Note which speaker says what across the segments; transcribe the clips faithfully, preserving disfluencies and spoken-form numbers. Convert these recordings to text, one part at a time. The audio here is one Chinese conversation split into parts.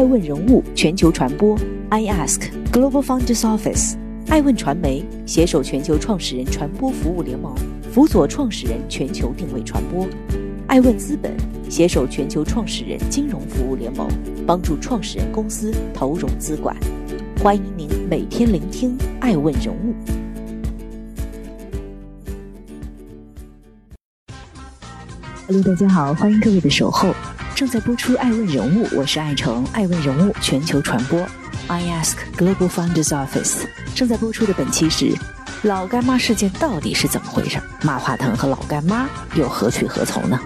Speaker 1: 爱问人物全球传播 I Ask Global Founders Office， 爱问传媒携手全球创始人传播服务联盟，辅佐创始人全球定位传播。爱问资本携手全球创始人金融服务联盟，帮助创始人公司投融资管。欢迎您每天聆听爱问人物。Hello， 大家好，欢迎各位的守候。正在播出爱问人物，我是爱成，爱问人物全球传播 I Ask Global Founders Office。 正在播出的本期是老干妈事件到底是怎么回事？马化腾和老干妈又何去何从呢？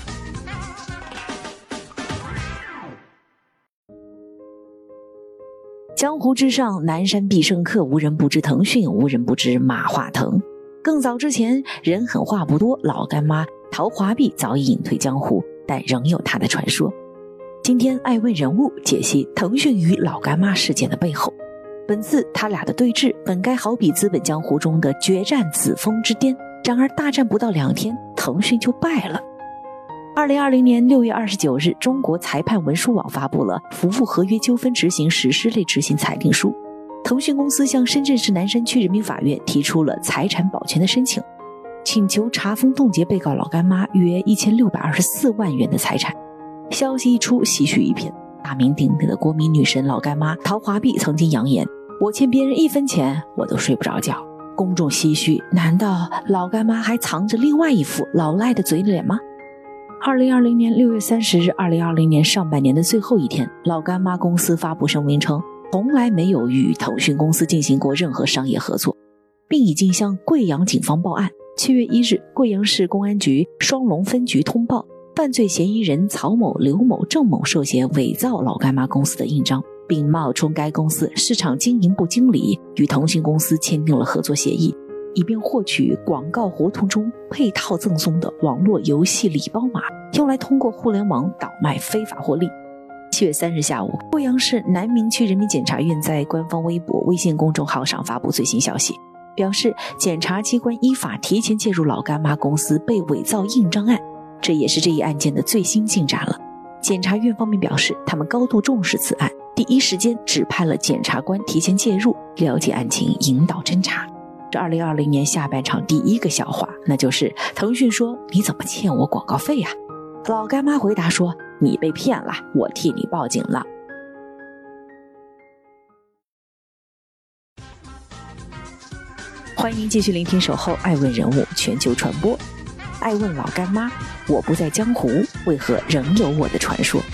Speaker 1: 江湖之上，南山必胜客，无人不知腾讯，无人不知马化腾。更早之前，人狠话不多，老干妈陶华碧早已隐退江湖，但仍有他的传说。今天爱问人物解析腾讯与老干妈事件的背后。本次他俩的对峙本该好比资本江湖中的决战紫峰之巅，然而大战不到两天，腾讯就败了。二零二零年六月二十九日，中国裁判文书网发布了服务合约纠纷执行实施类执行裁定书。腾讯公司向深圳市南山区人民法院提出了财产保全的申请，请求查封冻结被告老干妈约一千六百二十四万元的财产。消息一出，唏嘘一片。大名鼎鼎的国民女神老干妈陶华碧曾经扬言，我欠别人一分钱我都睡不着觉。公众唏嘘，难道老干妈还藏着另外一副老赖的嘴脸吗？二零二零年六月三十日，二零二零年上半年的最后一天，老干妈公司发布声明称，从来没有与腾讯公司进行过任何商业合作，并已经向贵阳警方报案。七月一日，贵阳市公安局双龙分局通报，犯罪嫌疑人曹某、刘某、郑某涉嫌伪造老干妈公司的印章，并冒充该公司市场经营部经理，与腾讯公司签订了合作协议，以便获取广告活动中配套赠送的网络游戏礼包码，用来通过互联网倒卖非法获利。七月三日下午，贵阳市南明区人民检察院在官方微博、微信公众号上发布最新消息，表示检察机关依法提前介入老干妈公司被伪造印章案，这也是这一案件的最新进展了。检察院方面表示，他们高度重视此案，第一时间指派了检察官提前介入，了解案情，引导侦查。这二零二零年下半场第一个笑话，那就是腾讯说你怎么欠我广告费啊？老干妈回答说你被骗了，我替你报警了。欢迎继续聆听守候爱问人物全球传播。爱问老干妈，我不在江湖，为何仍有我的传说？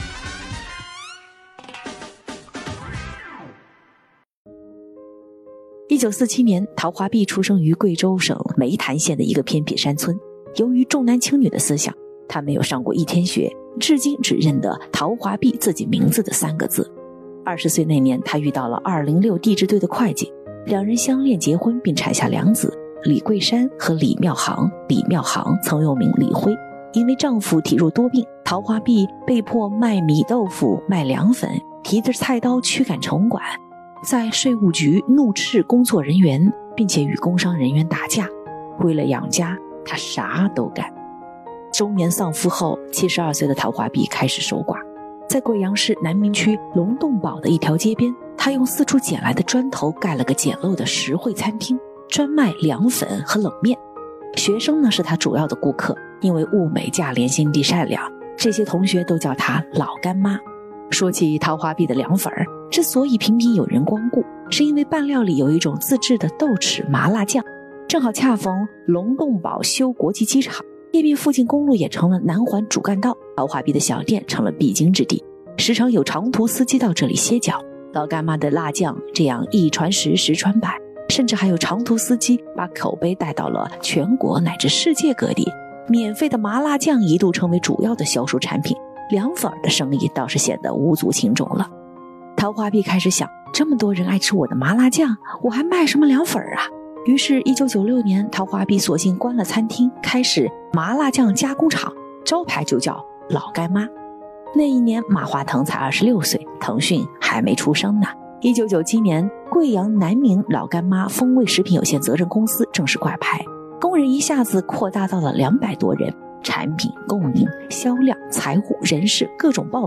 Speaker 1: 一九四七年，陶华碧出生于贵州省梅潭县的一个偏僻山村。由于重男轻女的思想，他没有上过一天学，至今只认得陶华碧自己名字的三个字。二十岁那年，他遇到了二零六地质队的会计，两人相恋结婚，并产下两子李桂山和李妙航。李妙航曾又名李辉。因为丈夫体弱多病，陶华碧被迫卖米豆腐、卖凉粉，提着菜刀驱赶城管，在税务局怒斥工作人员，并且与工商人员打架。为了养家，他啥都干。中年丧夫后，七十二岁的陶华碧开始守寡。在贵阳市南明区龙洞堡的一条街边，他用四处捡来的砖头盖了个简陋的实惠餐厅，专卖凉粉和冷面。学生呢是他主要的顾客，因为物美价廉、心地善良，这些同学都叫他老干妈。说起陶华碧的凉粉儿，之所以频频有人光顾，是因为拌料里有一种自制的豆豉麻辣酱。正好恰逢龙洞堡修国际机场，街边附近公路也成了南环主干道，陶华碧的小店成了必经之地，时常有长途司机到这里歇脚。老干妈的辣酱这样一传十，十传百，甚至还有长途司机把口碑带到了全国乃至世界各地。免费的麻辣酱一度成为主要的销售产品，凉粉的生意倒是显得无足轻重了。陶华碧开始想，这么多人爱吃我的麻辣酱，我还卖什么凉粉啊？于是一九九六年，陶华碧索性关了餐厅，开始麻辣酱加工厂，招牌就叫老干妈。那一年马化腾才二十六岁，腾讯还没出生呢。一九九七年，贵阳南明老干妈风味食品有限责任公司正式挂牌，工人一下子扩大到了两百多人，产品供应、销量、财务、人事各种报表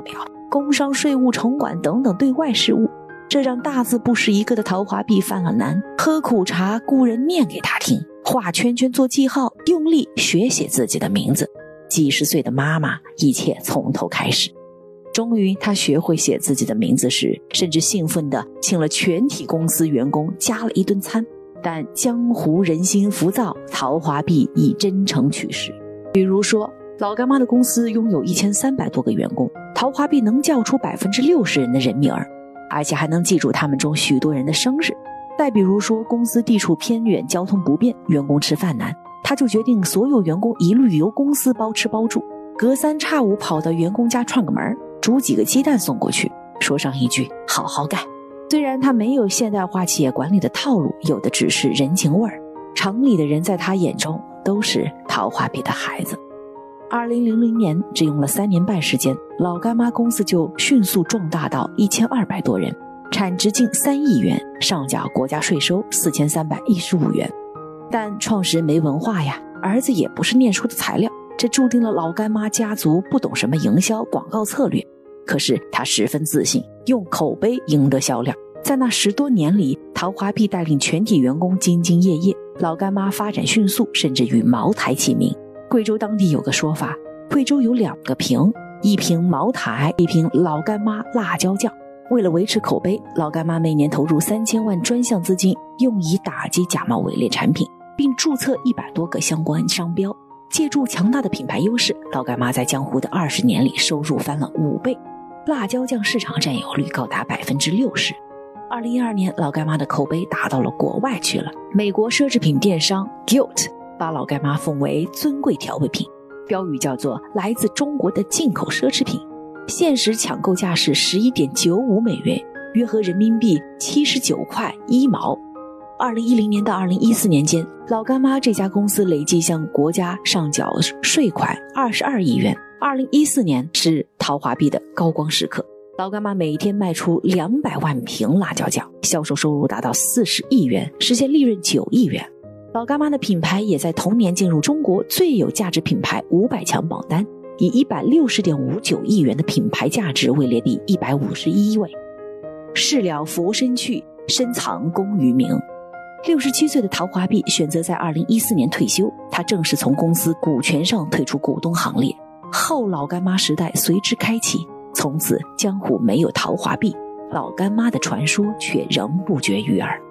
Speaker 1: 工商税务城管等等对外事务，这让大字不识一个的陶华碧犯了难，喝苦茶雇人念给他听，画圈圈做记号，用力学写自己的名字。几十岁的妈妈，一切从头开始。终于他学会写自己的名字时，甚至兴奋地请了全体公司员工加了一顿餐。但江湖人心浮躁，陶华碧以真诚取势。比如说，老干妈的公司拥有一千三百多个员工，陶华碧能叫出百分之六十人的人名儿，而且还能记住他们中许多人的生日。再比如说，公司地处偏远，交通不便，员工吃饭难，他就决定所有员工一律由公司包吃包住，隔三差五跑到员工家串个门，煮几个鸡蛋送过去，说上一句好好干。虽然他没有现代化企业管理的套路，有的只是人情味儿，厂里的人在他眼中都是陶华碧的孩子。二零零零年，只用了三年半时间，老干妈公司就迅速壮大到一千二百多人，产值近三亿元，上缴国家税收四千三百一十五元。但创始人没文化呀，儿子也不是念书的材料，这注定了老干妈家族不懂什么营销广告策略。可是他十分自信，用口碑赢得销量。在那十多年里，陶华碧带领全体员工兢兢业业，老干妈发展迅速，甚至与茅台齐名。贵州当地有个说法，贵州有两个瓶，一瓶茅台，一瓶老干妈辣椒酱。为了维持口碑，老干妈每年投入三千万专项资金，用以打击假冒伪劣产品，并注册一百多个相关商标。借助强大的品牌优势，老干妈在江湖的二十年里收入翻了五倍，辣椒酱市场占有率高达百分之六十。二零一二年，老干妈的口碑打到了国外去了。美国奢侈品电商 Gilt 把老干妈奉为尊贵调味品，标语叫做来自中国的进口奢侈品，限时抢购价是 十一点九五美元，约合人民币七十九块一毛。二零一零年到二零一四年间，老干妈这家公司累计向国家上缴税款二十二亿元。二零一四年是陶华碧的高光时刻，老干妈每天卖出两百万瓶辣椒酱，销售收入达到四十亿元，实现利润九亿元。老干妈的品牌也在同年进入中国最有价值品牌五百强榜单，以 一百六十点五九亿元的品牌价值位列第一百五十一位。事了拂身去，深藏功与名。六十七岁的陶华碧选择在二零一四年退休，他正式从公司股权上退出股东行列，后老干妈时代随之开启。从此江湖没有陶华碧，老干妈的传说却仍不绝于耳。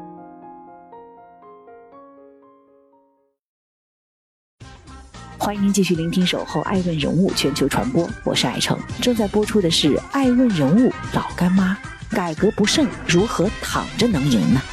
Speaker 1: 欢迎您继续聆听守候爱问人物全球传播，我是爱成。正在播出的是爱问人物老干妈，改革不慎如何躺着能赢呢？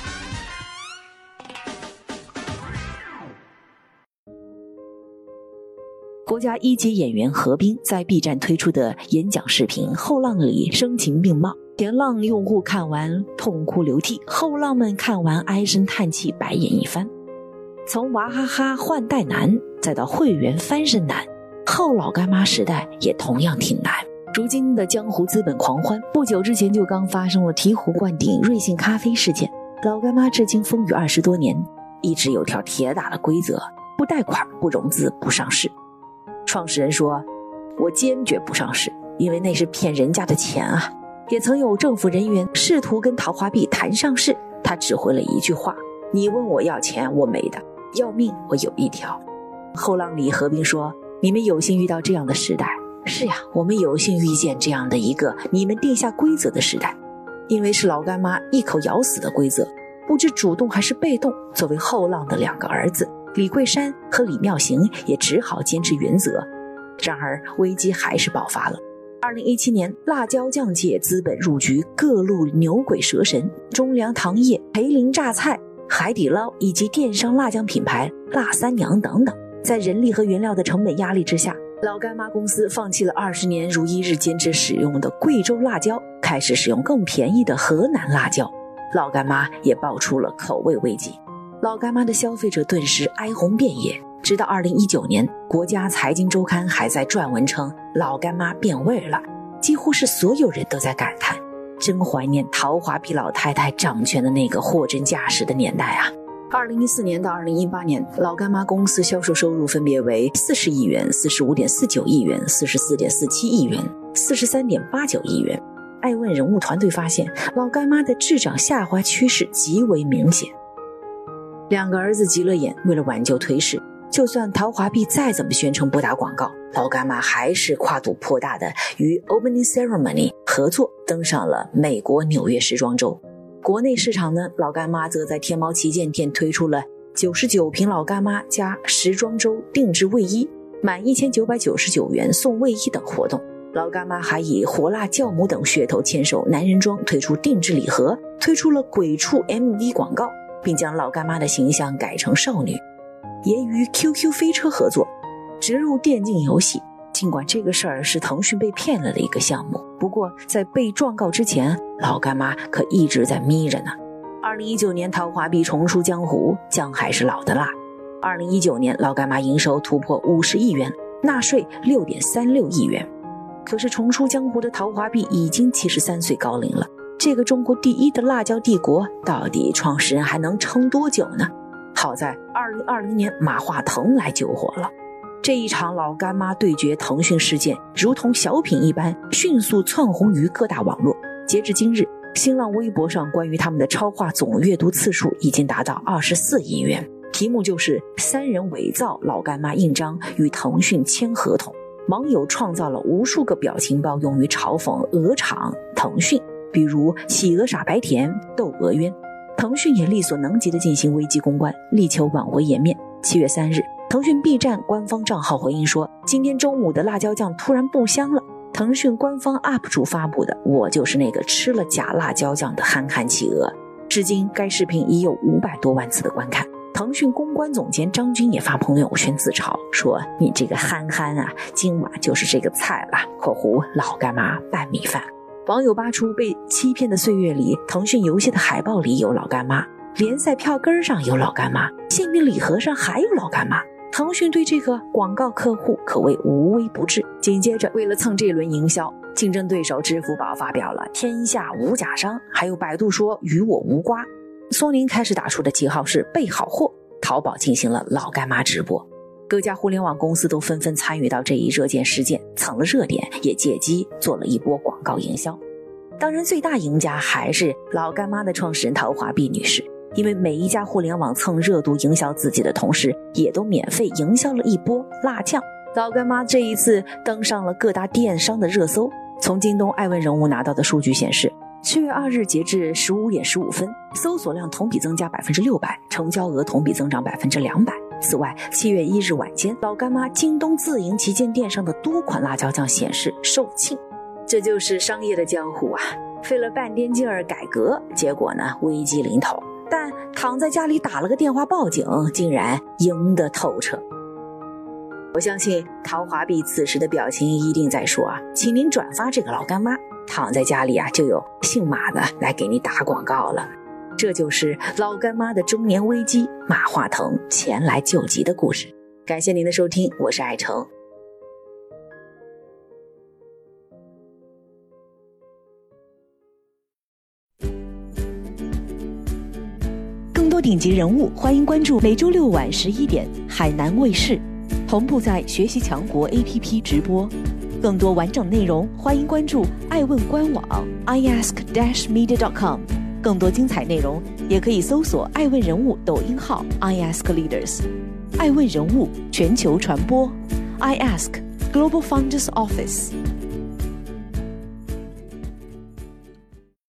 Speaker 1: 国家一级演员何冰在 B 站推出的演讲视频《后浪》里声情并茂，前浪用户看完痛哭流涕，后浪们看完唉声叹气，白眼一番。从娃哈哈换代难，再到会员翻身难，后老干妈时代也同样挺难。如今的江湖资本狂欢，不久之前就刚发生了醍醐灌顶瑞幸咖啡事件。老干妈至今风雨二十多年，一直有条铁打的规则：不贷款、不融资、不上市。创始人说，我坚决不上市，因为那是骗人家的钱啊。也曾有政府人员试图跟陶华碧谈上市，他只回了一句话：你问我要钱，我没的，要命我有一条。后浪里何冰说，你们有幸遇到这样的时代。是呀，我们有幸遇见这样的一个你们定下规则的时代，因为是老干妈一口咬死的规则，不知主动还是被动，作为后浪的两个儿子李桂山和李妙行也只好坚持原则。然而危机还是爆发了。二零一七年，辣椒酱界资本入局，各路牛鬼蛇神，中粮糖业、培林榨菜、海底捞以及电商辣酱品牌辣三娘等等，在人力和原料的成本压力之下，老干妈公司放弃了二十年如一日坚持使用的贵州辣椒，开始使用更便宜的河南辣椒。老干妈也爆出了口味危机，老干妈的消费者顿时哀鸿遍野。直到二零一九年，国家财经周刊还在撰文称老干妈变味了，几乎是所有人都在感叹，真怀念陶华碧老太太掌权的那个货真价实的年代啊。二零一四年到二零一八年，老干妈公司销售收入分别为四十亿元、四十五点四九亿元、四十四点四七亿元、 四十三点八九亿元。爱问人物团队发现，老干妈的滞涨下滑趋势极为明显。两个儿子急了眼，为了挽救颓势，就算陶华碧再怎么宣称不打广告，老干妈还是跨度颇大的与 Opening Ceremony 合作登上了美国纽约时装周。国内市场呢，老干妈则在天猫旗舰店推出了九十九瓶老干妈加时装周定制卫衣，满一千九百九十九元送卫衣等活动。老干妈还以火辣酵母等噱头牵手男人装推出定制礼盒，推出了鬼畜 M V 广告，并将老干妈的形象改成少女，也与 Q Q 飞车合作植入电竞游戏。尽管这个事儿是腾讯被骗了的一个项目，不过在被状告之前，老干妈可一直在眯着呢。二零一九年陶华碧重出江湖，姜还是老的辣。二零一九年老干妈营收突破五十亿元，纳税 六点三六亿元。可是重出江湖的陶华碧已经七十三岁高龄了，这个中国第一的辣椒帝国到底创始人还能撑多久呢？好在二零二零年马化腾来救火了。这一场老干妈对决腾讯事件如同小品一般迅速窜红于各大网络。截至今日，新浪微博上关于他们的超话总阅读次数已经达到二十四亿元，题目就是三人伪造老干妈印章与腾讯签合同。网友创造了无数个表情包用于嘲讽鹅厂腾讯，比如企鹅傻白甜、窦鹅冤。腾讯也力所能及地进行危机公关，力求挽回颜面。七月三日，腾讯 B 站官方账号回应说，今天中午的辣椒酱突然不香了。腾讯官方 U P 主发布的我就是那个吃了假辣椒酱的憨憨企鹅，至今该视频已有五百多万次的观看。腾讯公关总监张军也发朋友圈自嘲说，你这个憨憨啊，今晚就是这个菜了（括弧老干妈拌米饭）。网友扒出被欺骗的岁月里，腾讯游戏的海报里有老干妈，联赛票根上有老干妈，限定礼盒上还有老干妈。腾讯对这个广告客户可谓无微不至。紧接着，为了蹭这轮营销，竞争对手支付宝发表了天下无假商，还有百度说与我无瓜。苏宁开始打出的旗号是备好货，淘宝进行了老干妈直播。各家互联网公司都纷纷参与到这一热件事件，蹭了热点，也借机做了一波广告营销。当然最大赢家还是老干妈的创始人陶华碧女士，因为每一家互联网蹭热度营销自己的同时，也都免费营销了一波辣酱。老干妈这一次登上了各大电商的热搜。从京东爱问人物拿到的数据显示，七月二日截至十五点十五分，搜索量同比增加 百分之六百， 成交额同比增长 百分之两百。此外，七月一日晚间，老干妈京东自营旗舰店上的多款辣椒酱显示售罄。这就是商业的江湖啊，费了半天劲儿改革，结果呢危机临头，但躺在家里打了个电话报警，竟然赢得透彻。我相信陶华碧此时的表情一定在说啊，请您转发这个老干妈，躺在家里啊就有姓马的来给你打广告了。这就是老干妈的中年危机，马化腾前来救急的故事。感谢您的收听，我是艾诚。更多顶级人物，欢迎关注每周六晚十一点海南卫视，同步在学习强国 A P P 直播。更多完整内容，欢迎关注爱问官网 i ask dash media dot com。更多精彩内容，也可以搜索爱问人物抖音号 I ask leaders。爱问人物全球传播 I ask Global Founders Office。